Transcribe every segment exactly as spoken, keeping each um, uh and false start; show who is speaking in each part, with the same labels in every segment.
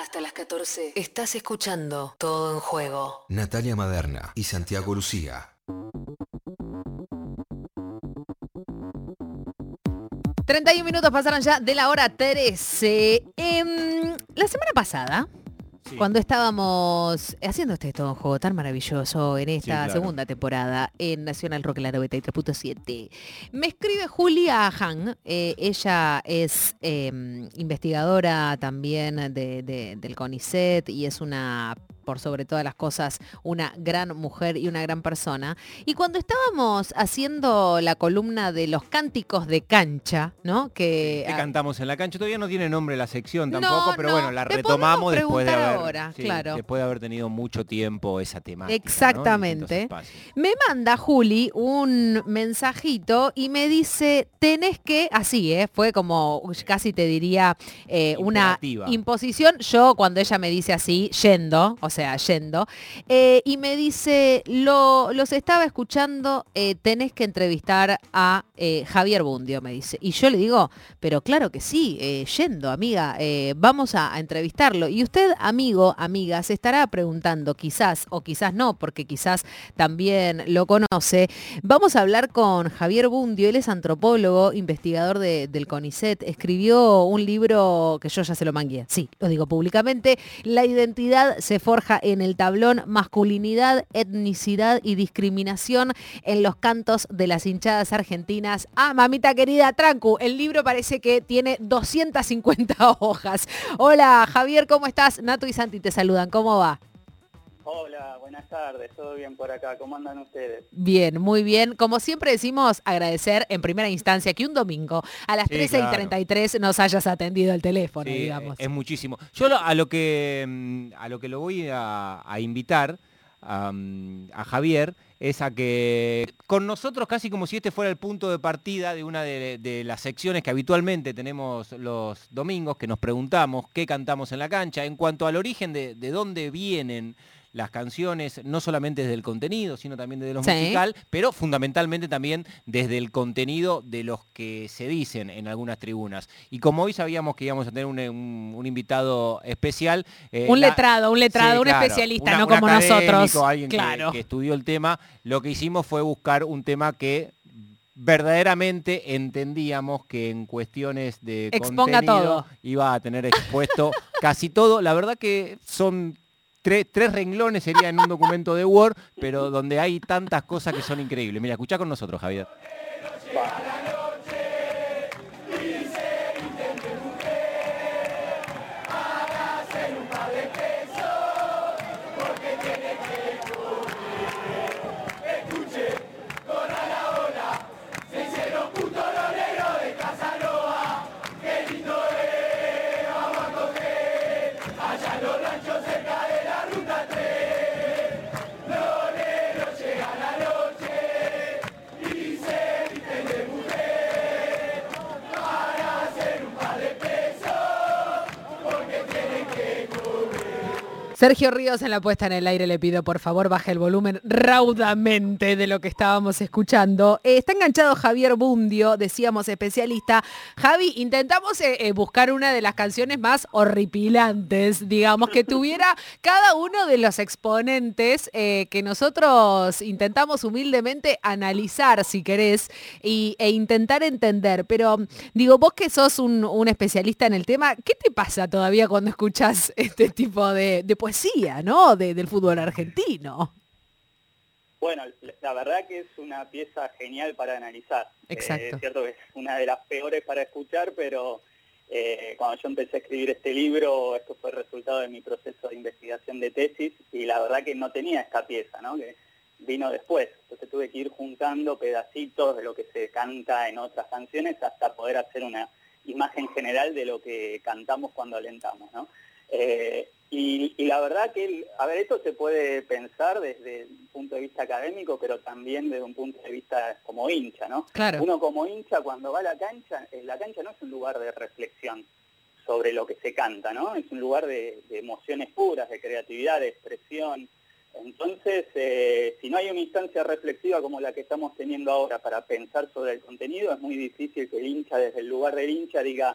Speaker 1: Hasta las catorce estás escuchando Todo en Juego.
Speaker 2: Natalia Maderna y Santiago Lucía.
Speaker 3: treinta y un minutos pasaron ya de la hora trece. Eh, la semana pasada, sí, cuando estábamos haciendo este Todo en Juego tan maravilloso en esta sí, claro. segunda temporada en Nacional Rock la noventa y tres punto siete, me escribe Julia Han. Eh, ella es eh, investigadora también de, de, del CONICET y es una, por sobre todas las cosas, una gran mujer y una gran persona. Y cuando estábamos haciendo la columna de los cánticos de cancha, ¿no? Que
Speaker 4: ¿Qué cantamos en la cancha? Todavía no tiene nombre la sección tampoco,
Speaker 3: no,
Speaker 4: pero
Speaker 3: no,
Speaker 4: bueno, la retomamos después de haber,
Speaker 3: ahora,
Speaker 4: sí,
Speaker 3: claro.
Speaker 4: después de haber tenido mucho tiempo esa temática.
Speaker 3: Exactamente.
Speaker 4: ¿No?
Speaker 3: Me manda Juli un mensajito y me dice, tenés que, así, ¿eh? Fue como, casi te diría, eh, una imposición. Yo, cuando ella me dice así, yendo, o sea, sea, yendo, eh, y me dice, Lo, los estaba escuchando, eh, tenés que entrevistar a eh, Javier Bundio, me dice. Y yo le digo, pero claro que sí, eh, yendo, amiga, eh, vamos a, a entrevistarlo. Y usted, amigo, amiga, se estará preguntando, quizás, o quizás no, porque quizás también lo conoce, vamos a hablar con Javier Bundio. Él es antropólogo, investigador de, del CONICET, escribió un libro que yo ya se lo mangué, sí, lo digo públicamente, La identidad se forja en el tablón, masculinidad, etnicidad y discriminación en los cantos de las hinchadas argentinas. Ah, mamita querida, trancu, el libro parece que tiene doscientas cincuenta hojas. Hola, Javier, ¿cómo estás? Nato y Santi te saludan, ¿cómo va?
Speaker 5: Hola, buenas tardes, todo bien por acá, ¿cómo andan ustedes?
Speaker 3: Bien, muy bien. Como siempre decimos, agradecer en primera instancia que un domingo a las sí, trece claro. y treinta y tres nos hayas atendido el teléfono, sí, digamos.
Speaker 4: Es muchísimo. Yo lo, a lo que a lo que lo voy a, a invitar um, a Javier es a que con nosotros, casi como si este fuera el punto de partida de una de, de las secciones que habitualmente tenemos los domingos, que nos preguntamos qué cantamos en la cancha, en cuanto al origen de, de dónde vienen las canciones, no solamente desde el contenido, sino también desde lo sí. musical, pero fundamentalmente también desde el contenido de los que se dicen en algunas tribunas. Y como hoy sabíamos que íbamos a tener un, un, un invitado especial...
Speaker 3: Eh, un la, letrado, un letrado, sí, un claro, especialista, una, no como nosotros.
Speaker 4: Alguien claro. que, que estudió el tema, lo que hicimos fue buscar un tema que verdaderamente entendíamos que en cuestiones de
Speaker 3: Exponga
Speaker 4: contenido
Speaker 3: todo.
Speaker 4: Iba a tener expuesto casi todo. La verdad que son... Tres, tres renglones sería en un documento de Word, pero donde hay tantas cosas que son increíbles. Mira, escuchá con nosotros, Javier.
Speaker 3: Sergio Ríos en la puesta en el aire, le pido por favor baje el volumen raudamente de lo que estábamos escuchando. Eh, está enganchado Javier Bundio, decíamos especialista. Javi, intentamos eh, eh, buscar una de las canciones más horripilantes, digamos, que tuviera cada uno de los exponentes eh, que nosotros intentamos humildemente analizar, si querés, y, e intentar entender. Pero digo, vos que sos un, un especialista en el tema, ¿qué te pasa todavía cuando escuchás este tipo de, de poesía, ¿no? De, del fútbol argentino.
Speaker 5: Bueno, la verdad que es una pieza genial para analizar.
Speaker 3: Exacto.
Speaker 5: Eh, es cierto que es una de las peores para escuchar, pero eh, cuando yo empecé a escribir este libro, esto fue el resultado de mi proceso de investigación de tesis, y la verdad que no tenía esta pieza, ¿no? Que vino después. Entonces tuve que ir juntando pedacitos de lo que se canta en otras canciones hasta poder hacer una imagen general de lo que cantamos cuando alentamos, ¿no? Eh, y, y la verdad que, el, a ver, esto se puede pensar desde un punto de vista académico, pero también desde un punto de vista como hincha, ¿no?
Speaker 3: Claro.
Speaker 5: Uno como hincha, cuando va a la cancha, la cancha no es un lugar de reflexión sobre lo que se canta, ¿no? Es un lugar de, de emociones puras, de creatividad, de expresión. Entonces, eh, si no hay una instancia reflexiva como la que estamos teniendo ahora para pensar sobre el contenido, es muy difícil que el hincha, desde el lugar del hincha, diga,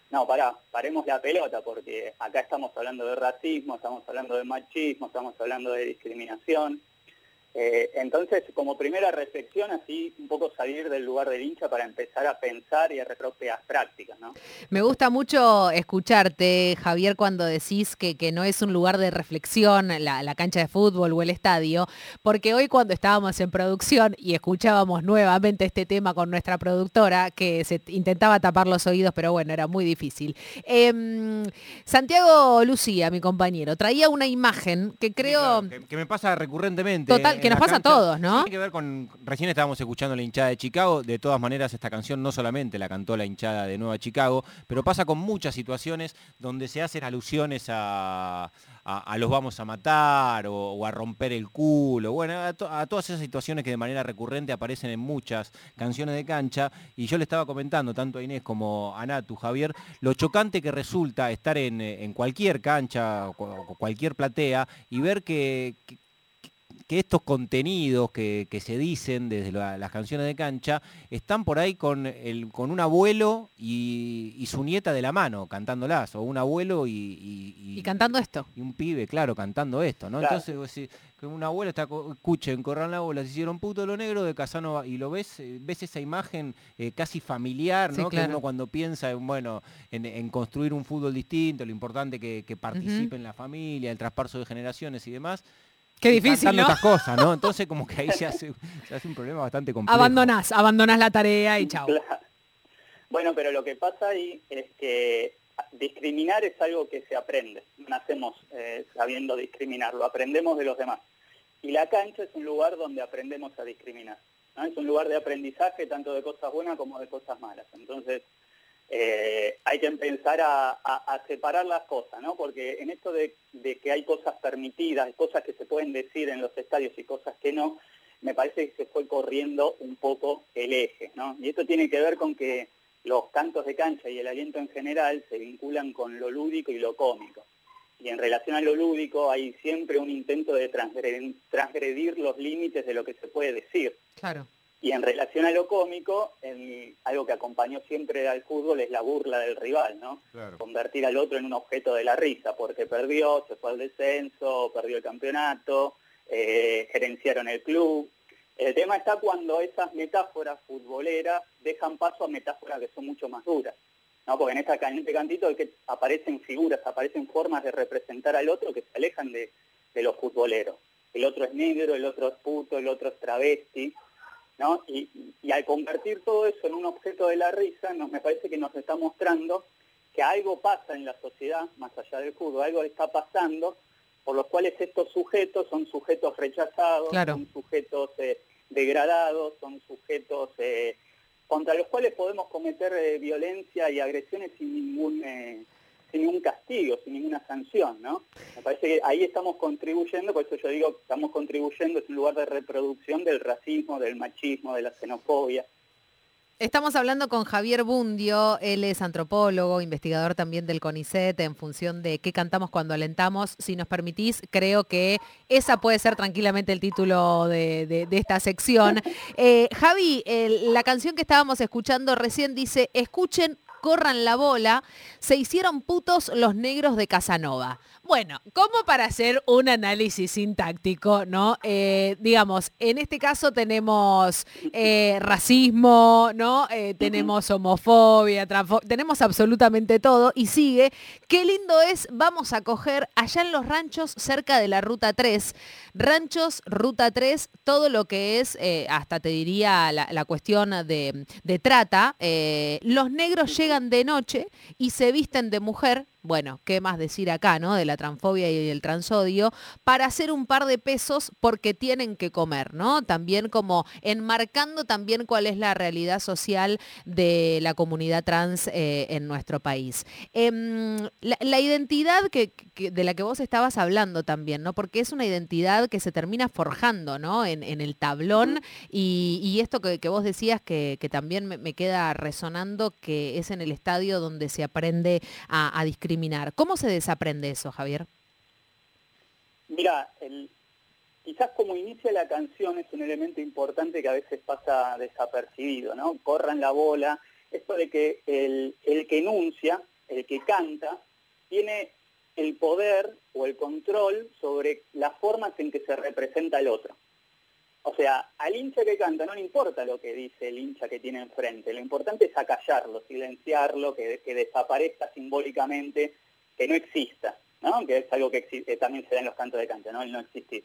Speaker 5: no, pará, paremos la pelota, porque acá estamos hablando de racismo, estamos hablando de machismo, estamos hablando de discriminación. Eh, entonces, como primera reflexión, así un poco salir del lugar del hincha para empezar a pensar y a propias prácticas, ¿no?
Speaker 3: Me gusta mucho escucharte, Javier, cuando decís que, que no es un lugar de reflexión la, la cancha de fútbol o el estadio, porque hoy cuando estábamos en producción y escuchábamos nuevamente este tema con nuestra productora, que se intentaba tapar los oídos, pero bueno, era muy difícil. Eh, Santiago Lucía, mi compañero, traía una imagen que creo...
Speaker 4: Sí, claro, que, que me pasa recurrentemente.
Speaker 3: Total, que nos pasa
Speaker 4: cancha.
Speaker 3: a todos, ¿no?
Speaker 4: Tiene que ver con, recién estábamos escuchando la hinchada de Chicago, de todas maneras esta canción no solamente la cantó la hinchada de Nueva Chicago, pero pasa con muchas situaciones donde se hacen alusiones a, a, a los vamos a matar o, o a romper el culo, bueno, a, to, a todas esas situaciones que de manera recurrente aparecen en muchas canciones de cancha, y yo le estaba comentando tanto a Inés como a Natu, Javier, lo chocante que resulta estar en, en cualquier cancha o cualquier platea y ver que, que que estos contenidos que, que se dicen desde la, las canciones de cancha están por ahí con, el, con un abuelo y, y su nieta de la mano cantándolas, o un abuelo y... Y,
Speaker 3: y, y cantando esto.
Speaker 4: Y un pibe, claro, cantando esto, ¿no?
Speaker 5: Claro.
Speaker 4: Entonces, si, que un abuelo está, escuchen, corran la bola, se hicieron puto lo negro de Casanova, y lo ves, ves esa imagen eh, casi familiar, ¿no? Sí, claro. Que uno cuando piensa en, bueno, en, en construir un fútbol distinto, lo importante que, que participe uh-huh. en la familia, el traspaso de generaciones y demás.
Speaker 3: Qué difícil, ¿no?
Speaker 4: Otras cosas, ¿no? Entonces como que ahí se hace, se hace un problema bastante complejo.
Speaker 3: Abandonás, abandonás la tarea y chao.
Speaker 5: Claro. Bueno, pero lo que pasa ahí es que discriminar es algo que se aprende. No nacemos eh, sabiendo discriminar, lo aprendemos de los demás. Y la cancha es un lugar donde aprendemos a discriminar, ¿no? Es un lugar de aprendizaje tanto de cosas buenas como de cosas malas. Entonces, Eh, hay que empezar a, a, a separar las cosas, ¿no? Porque en esto de, de que hay cosas permitidas, cosas que se pueden decir en los estadios y cosas que no, me parece que se fue corriendo un poco el eje, ¿no? Y esto tiene que ver con que los cantos de cancha y el aliento en general se vinculan con lo lúdico y lo cómico. Y en relación a lo lúdico hay siempre un intento de transgredir, transgredir los límites de lo que se puede decir.
Speaker 3: Claro.
Speaker 5: Y en relación a lo cómico, el, algo que acompañó siempre al fútbol es la burla del rival, ¿no? Claro. Convertir al otro en un objeto de la risa, porque perdió, se fue al descenso, perdió el campeonato, eh, gerenciaron el club. El tema está cuando esas metáforas futboleras dejan paso a metáforas que son mucho más duras, ¿no? Porque en, esta, en este cantito que aparecen figuras, aparecen formas de representar al otro que se alejan de, de los futboleros. El otro es negro, el otro es puto, el otro es travesti, ¿no? Y, y al convertir todo eso en un objeto de la risa, nos me parece que nos está mostrando que algo pasa en la sociedad, más allá del fútbol, algo está pasando, por los cuales estos sujetos son sujetos rechazados, claro. Son sujetos eh, degradados, son sujetos eh, contra los cuales podemos cometer eh, violencia y agresiones sin ningún... Eh, sin ningún castigo, sin ninguna sanción, ¿no? Me parece que ahí estamos contribuyendo, por eso yo digo que estamos contribuyendo, es un lugar de reproducción del racismo, del machismo, de la xenofobia.
Speaker 3: Estamos hablando con Javier Bundio, él es antropólogo, investigador también del CONICET, en función de qué cantamos cuando alentamos. Si nos permitís, creo que esa puede ser tranquilamente el título de, de, de esta sección. Eh, Javi, eh, la canción que estábamos escuchando recién dice, escuchen, corran la bola, se hicieron putos los negros de Casanova. Bueno, como para hacer un análisis sintáctico, ¿no? Eh, digamos, en este caso tenemos eh, racismo, ¿no? Eh, tenemos homofobia, transfobia, tenemos absolutamente todo y sigue. Qué lindo es, vamos a coger allá en los ranchos cerca de la Ruta tres, ranchos, Ruta tres, todo lo que es, eh, hasta te diría la, la cuestión de, de trata, eh, los negros llegan de noche y se visten de mujer. Bueno, ¿qué más decir acá, no? De la transfobia y el transodio, para hacer un par de pesos porque tienen que comer, ¿no? También como enmarcando también cuál es la realidad social de la comunidad trans eh, en nuestro país. Eh, la, la identidad que, que, de la que vos estabas hablando también, ¿no? Porque es una identidad que se termina forjando, ¿no? En, en el tablón y, y esto que, que vos decías que, que también me, me queda resonando, que es en el estadio donde se aprende a, a discriminar. ¿Cómo se desaprende eso, Javier?
Speaker 5: Mira, el, quizás como inicia la canción es un elemento importante que a veces pasa desapercibido, ¿no? Corran la bola, esto de que el, el que enuncia el que canta, tiene el poder o el control sobre las formas en que se representa al otro. O sea, al hincha que canta no le importa lo que dice el hincha que tiene enfrente, lo importante es acallarlo, silenciarlo, que, que desaparezca simbólicamente, que no exista, ¿no? Que es algo que, exi- que también se da en los cantos de canta, ¿no? El no existir.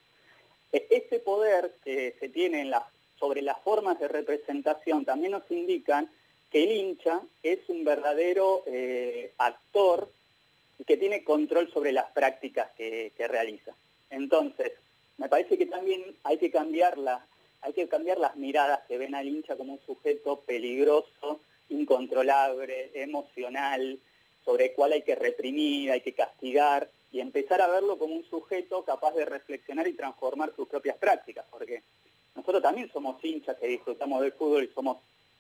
Speaker 5: Ese poder que se tiene en la, sobre las formas de representación también nos indican que el hincha es un verdadero eh, actor y que tiene control sobre las prácticas que, que realiza. Entonces, me parece que también hay que cambiar la, hay que cambiar las miradas que ven al hincha como un sujeto peligroso, incontrolable, emocional, sobre el cual hay que reprimir, hay que castigar, y empezar a verlo como un sujeto capaz de reflexionar y transformar sus propias prácticas, porque nosotros también somos hinchas que disfrutamos del fútbol y somos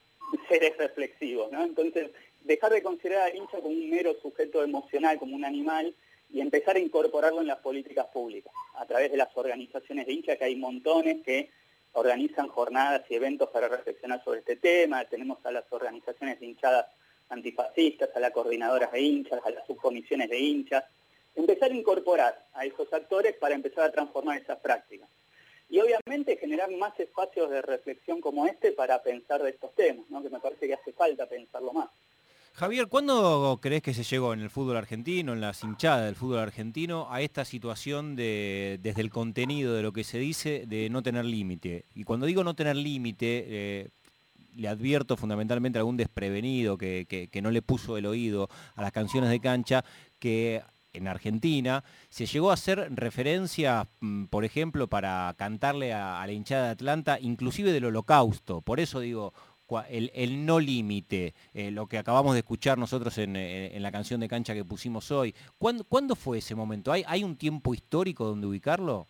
Speaker 5: seres reflexivos, ¿no? Entonces, dejar de considerar al hincha como un mero sujeto emocional, como un animal, y empezar a incorporarlo en las políticas públicas, a través de las organizaciones de hinchas, que hay montones que organizan jornadas y eventos para reflexionar sobre este tema. Tenemos a las organizaciones de hinchadas antifascistas, a las coordinadoras de hinchas, a las subcomisiones de hinchas. Empezar a incorporar a esos actores para empezar a transformar esas prácticas. Y obviamente generar más espacios de reflexión como este para pensar de estos temas, ¿no? Que me parece que hace falta pensarlo más.
Speaker 4: Javier, ¿cuándo crees que se llegó en el fútbol argentino, en las hinchadas del fútbol argentino, a esta situación de, desde el contenido de lo que se dice, de no tener límite? Y cuando digo no tener límite, eh, le advierto fundamentalmente a algún desprevenido que, que, que no le puso el oído a las canciones de cancha, que en Argentina se llegó a hacer referencia, por ejemplo, para cantarle a, a la hinchada de Atlanta, inclusive del Holocausto. Por eso digo, el, el no límite, eh, lo que acabamos de escuchar nosotros en, en, en la canción de cancha que pusimos hoy. ¿Cuándo, ¿cuándo fue ese momento? ¿Hay, ¿Hay un tiempo histórico donde ubicarlo?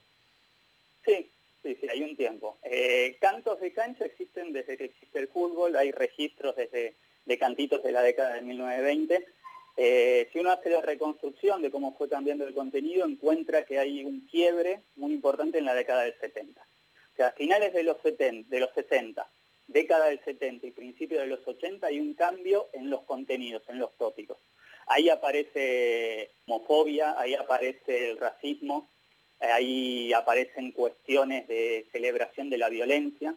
Speaker 5: Sí, sí, sí, hay un tiempo. Eh, cantos de cancha existen desde que existe el fútbol, hay registros desde de cantitos de la década de mil novecientos veinte. Eh, si uno hace la reconstrucción de cómo fue cambiando el contenido, encuentra que hay un quiebre muy importante en la década del setenta. O sea, a finales de los, setenta, de los sesenta, década del setenta y principios de los ochenta hay un cambio en los contenidos, en los tópicos. Ahí aparece homofobia, ahí aparece el racismo, ahí aparecen cuestiones de celebración de la violencia.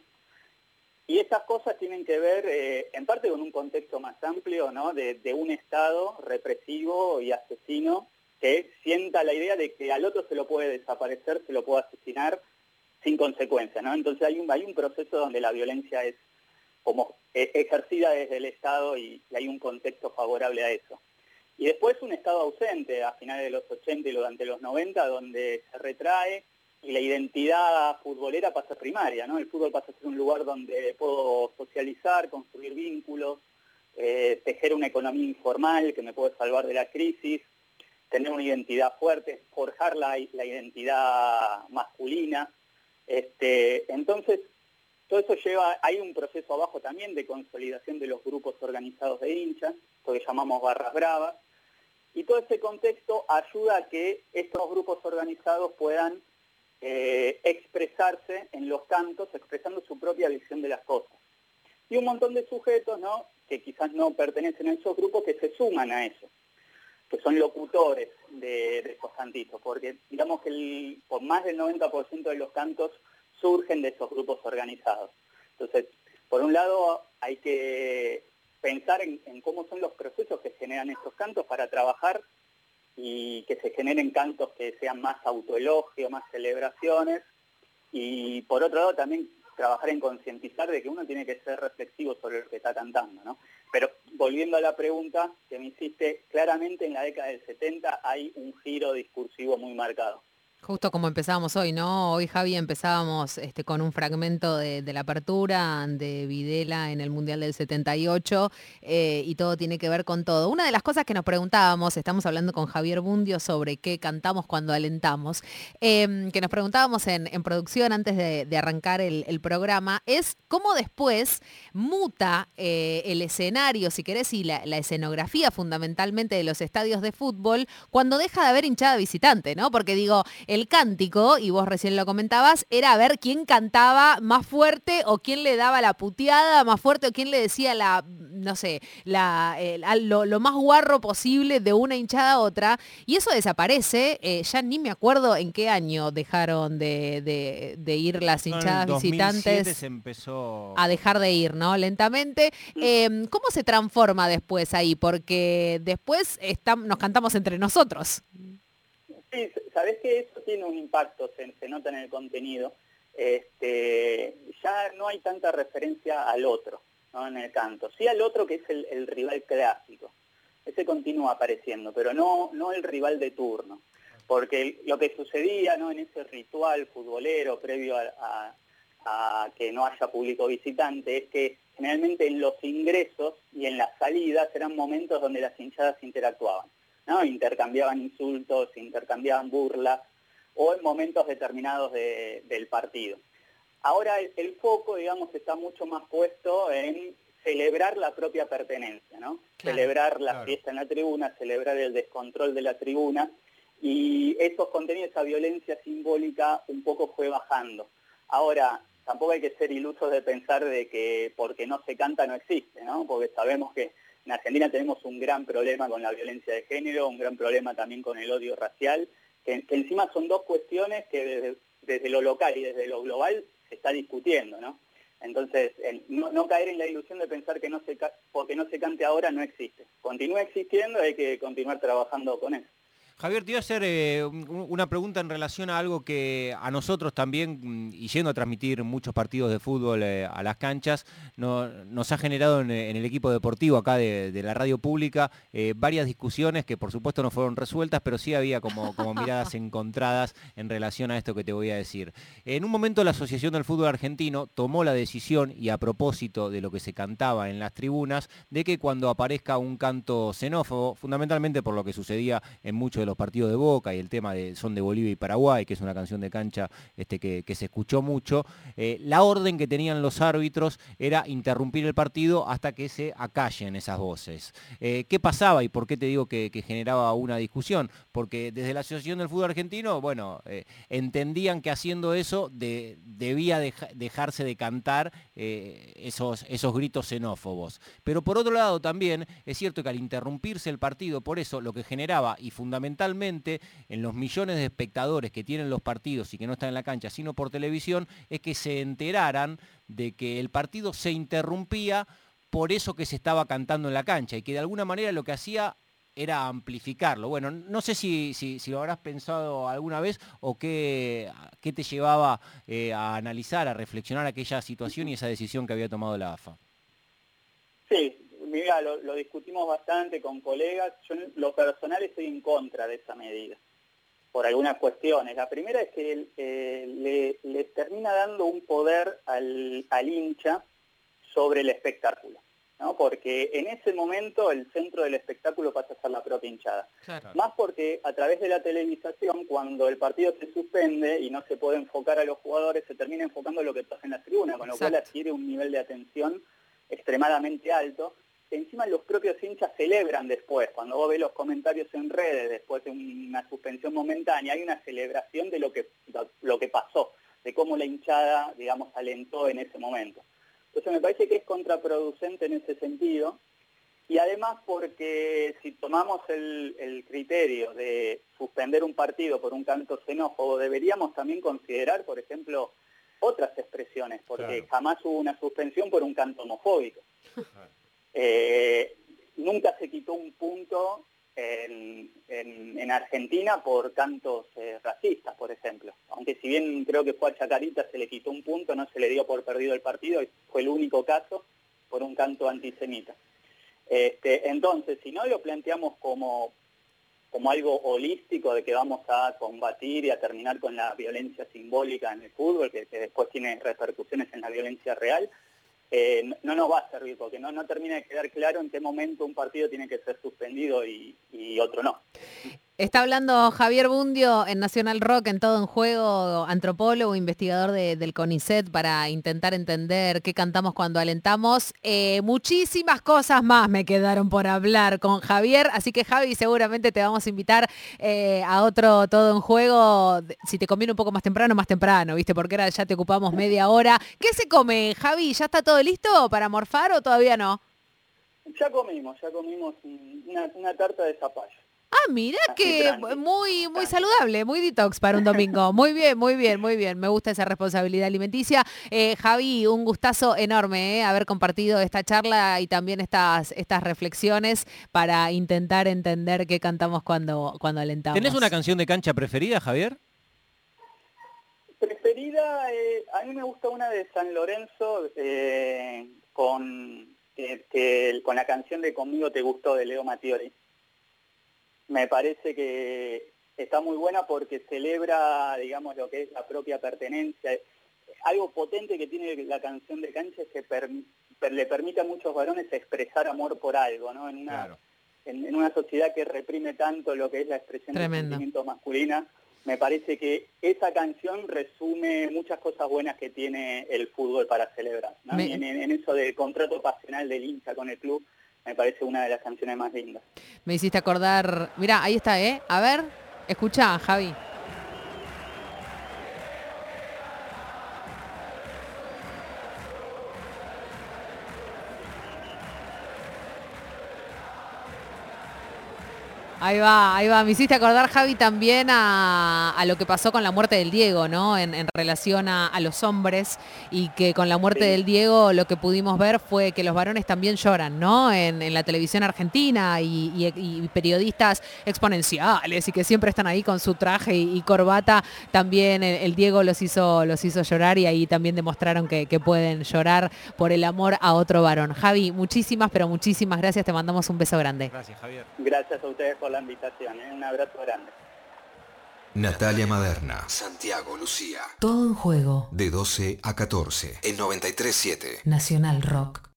Speaker 5: Y esas cosas tienen que ver, eh, en parte, con un contexto más amplio, ¿no? de, de un Estado represivo y asesino que sienta la idea de que al otro se lo puede desaparecer, se lo puede asesinar sin consecuencias, ¿no? Entonces hay un, hay un proceso donde la violencia es como ejercida desde el Estado y, y hay un contexto favorable a eso. Y después un Estado ausente a finales de los ochenta y durante los noventa, donde se retrae y la identidad futbolera pasa a primaria, ¿no? El fútbol pasa a ser un lugar donde puedo socializar, construir vínculos, eh, tejer una economía informal que me puede salvar de la crisis, tener una identidad fuerte, forjar la, la identidad masculina. Este, entonces, todo eso lleva, hay un proceso abajo también de consolidación de los grupos organizados de hinchas, lo que llamamos barras bravas, y todo ese contexto ayuda a que estos grupos organizados puedan Eh, expresarse en los cantos, expresando su propia visión de las cosas. Y un montón de sujetos, ¿no?, que quizás no pertenecen a esos grupos, que se suman a eso, que son locutores de, de esos cantitos, porque digamos que el, por más del noventa por ciento de los cantos surgen de esos grupos organizados. Entonces, por un lado, hay que pensar en, en cómo son los procesos que generan estos cantos para trabajar y que se generen cantos que sean más autoelogio, más celebraciones, y por otro lado también trabajar en concientizar de que uno tiene que ser reflexivo sobre lo que está cantando, ¿no? Pero volviendo a la pregunta que me hiciste, claramente en la década del setenta hay un giro discursivo muy marcado.
Speaker 3: Justo como empezábamos hoy, ¿no? Hoy, Javi, empezábamos este, con un fragmento de, de la apertura de Videla en el Mundial del setenta y ocho eh, y todo tiene que ver con todo. Una de las cosas que nos preguntábamos, estamos hablando con Javier Bundio sobre qué cantamos cuando alentamos, eh, que nos preguntábamos en, en producción antes de, de arrancar el, el programa, es cómo después muta eh, el escenario, si querés, y la, la escenografía fundamentalmente de los estadios de fútbol cuando deja de haber hinchada visitante, ¿no? Porque digo, el cántico, y vos recién lo comentabas, era ver quién cantaba más fuerte o quién le daba la puteada más fuerte o quién le decía la, no sé, la, eh, lo, lo más guarro posible de una hinchada a otra. Y eso desaparece. Eh, ya ni me acuerdo en qué año dejaron de, de, de ir las hinchadas
Speaker 4: no,
Speaker 3: visitantes.
Speaker 4: Se empezó
Speaker 3: a dejar de ir, ¿no? Lentamente. Eh, ¿Cómo se transforma después ahí? Porque después está, nos cantamos entre nosotros.
Speaker 5: Sí, sabés que eso tiene un impacto, se, se nota en el contenido. Este, ya no hay tanta referencia al otro, ¿no? En el canto. Sí al otro, que es el, el rival clásico. Ese continúa apareciendo, pero no, no el rival de turno. Porque lo que sucedía, ¿no?, en ese ritual futbolero previo a, a, a que no haya público visitante, es que generalmente en los ingresos y en las salidas eran momentos donde las hinchadas interactuaban, ¿no? Intercambiaban insultos, intercambiaban burlas, o en momentos determinados de, del partido. Ahora el, el foco, digamos, está mucho más puesto en celebrar la propia pertenencia, ¿no? Claro, celebrar la claro. fiesta en la tribuna, celebrar el descontrol de la tribuna, y esos contenidos, esa violencia simbólica un poco fue bajando. Ahora, tampoco hay que ser ilusos de pensar de que porque no se canta no existe, ¿no? Porque sabemos que en Argentina tenemos un gran problema con la violencia de género, un gran problema también con el odio racial, que, que encima son dos cuestiones que desde, desde lo local y desde lo global se está discutiendo, ¿no? Entonces, el, no, no caer en la ilusión de pensar que no se porque no se cante ahora no existe. Continúa existiendo, hay que continuar trabajando con eso.
Speaker 4: Javier, te iba a hacer eh, una pregunta en relación a algo que a nosotros también, y yendo a transmitir muchos partidos de fútbol eh, a las canchas, no, nos ha generado en, en el equipo deportivo acá de, de la radio pública eh, varias discusiones que por supuesto no fueron resueltas, pero sí había como, como miradas encontradas en relación a esto que te voy a decir. En un momento la Asociación del Fútbol Argentino tomó la decisión, y a propósito de lo que se cantaba en las tribunas, de que cuando aparezca un canto xenófobo, fundamentalmente por lo que sucedía en muchos de los partidos de Boca y el tema de Son de Bolivia y Paraguay, que es una canción de cancha este, que, que se escuchó mucho, eh, la orden que tenían los árbitros era interrumpir el partido hasta que se acallen esas voces. Eh, ¿Qué pasaba y por qué te digo que, que generaba una discusión? Porque desde la Asociación del Fútbol Argentino, bueno, eh, entendían que haciendo eso de, debía deja, dejarse de cantar eh, esos, esos gritos xenófobos. Pero por otro lado también es cierto que al interrumpirse el partido, por eso lo que generaba, y fundamentalmente en los millones de espectadores que tienen los partidos y que no están en la cancha sino por televisión, es que se enteraran de que el partido se interrumpía por eso que se estaba cantando en la cancha y que de alguna manera lo que hacía era amplificarlo. Bueno, no sé si, si, si lo habrás pensado alguna vez o qué, qué te llevaba eh, a analizar, a reflexionar aquella situación y esa decisión que había tomado la A F A.
Speaker 5: Sí. Mira, lo, lo discutimos bastante con colegas. Yo en lo personal estoy en contra de esa medida, por algunas cuestiones. La primera es que eh, le, le termina dando un poder al, al hincha sobre el espectáculo, ¿no? Porque en ese momento el centro del espectáculo pasa a ser la propia hinchada. Claro. Más porque a través de la televisación, cuando el partido se suspende y no se puede enfocar a los jugadores, se termina enfocando en lo que pasa en la tribuna, con lo Exacto. cual adquiere un nivel de atención extremadamente alto. Encima los propios hinchas celebran después, cuando vos ves los comentarios en redes después de una suspensión momentánea, hay una celebración de lo que, lo que pasó, de cómo la hinchada, digamos, alentó en ese momento. Entonces me parece que es contraproducente en ese sentido, y además porque si tomamos el, el criterio de suspender un partido por un canto xenófobo, deberíamos también considerar, por ejemplo, otras expresiones, porque claro. jamás hubo una suspensión por un canto homofóbico. Claro. Eh, nunca se quitó un punto en, en, en Argentina por cantos eh, racistas, por ejemplo. Aunque si bien creo que fue a Chacarita se le quitó un punto, no se le dio por perdido el partido, y fue el único caso por un canto antisemita. Este, entonces, si no lo planteamos como, como algo holístico de que vamos a combatir y a terminar con la violencia simbólica en el fútbol, que, que después tiene repercusiones en la violencia real, Eh, no, no nos va a servir, porque no, no termina de quedar claro en qué momento un partido tiene que ser suspendido y, y otro no.
Speaker 3: Está hablando Javier Bundio en Nacional Rock, en Todo en Juego, antropólogo, investigador de, del CONICET, para intentar entender qué cantamos cuando alentamos. Eh, muchísimas cosas más me quedaron por hablar con Javier, así que Javi, seguramente te vamos a invitar eh, a otro Todo en Juego, si te conviene un poco más temprano, más temprano, ¿viste? Porque ahora ya te ocupamos media hora. ¿Qué se come, Javi? ¿Ya está todo listo para morfar o todavía no?
Speaker 5: Ya comimos, ya comimos una, una tarta de zapallo.
Speaker 3: Ah, mira que muy, muy saludable, muy detox para un domingo. Muy bien, muy bien, muy bien. Me gusta esa responsabilidad alimenticia. Eh, Javi, un gustazo enorme eh, haber compartido esta charla y también estas, estas reflexiones para intentar entender qué cantamos cuando, cuando alentamos.
Speaker 4: ¿Tenés una canción de cancha preferida, Javier?
Speaker 5: Preferida, eh, a mí me gusta una de San Lorenzo eh, con, eh, que, con la canción de Conmigo te gustó de Leo Mattioli. Me parece que está muy buena porque celebra, digamos, lo que es la propia pertenencia. Algo potente que tiene la canción de cancha es que per, per, le permite a muchos varones expresar amor por algo, ¿no? En una, claro. en, en una sociedad que reprime tanto lo que es la expresión Tremendo. de sentimientos masculinos, me parece que esa canción resume muchas cosas buenas que tiene el fútbol para celebrar, ¿no? Me... En, en eso del contrato pasional del hincha con el club, me parece una de las canciones más lindas.
Speaker 3: Me hiciste acordar, mirá, ahí está, ¿eh? A ver, escuchá, Javi. Ahí va, ahí va. Me hiciste acordar, Javi, también a, a lo que pasó con la muerte del Diego, ¿no? En, en relación a, a los hombres, y que con la muerte sí. del Diego lo que pudimos ver fue que los varones también lloran, ¿no? En, en la televisión argentina y, y, y periodistas exponenciales y que siempre están ahí con su traje y, y corbata, también el, el Diego los hizo, los hizo llorar, y ahí también demostraron que, que pueden llorar por el amor a otro varón. Javi, muchísimas, pero muchísimas gracias. Te mandamos un beso grande.
Speaker 4: Gracias, Javier.
Speaker 5: Gracias a ustedes por la invitación, ¿eh? Un abrazo grande.
Speaker 2: Natalia Maderna, Santiago Lucía.
Speaker 1: Todo en Juego.
Speaker 2: De doce a catorce en noventa y tres punto siete.
Speaker 1: Nacional Rock.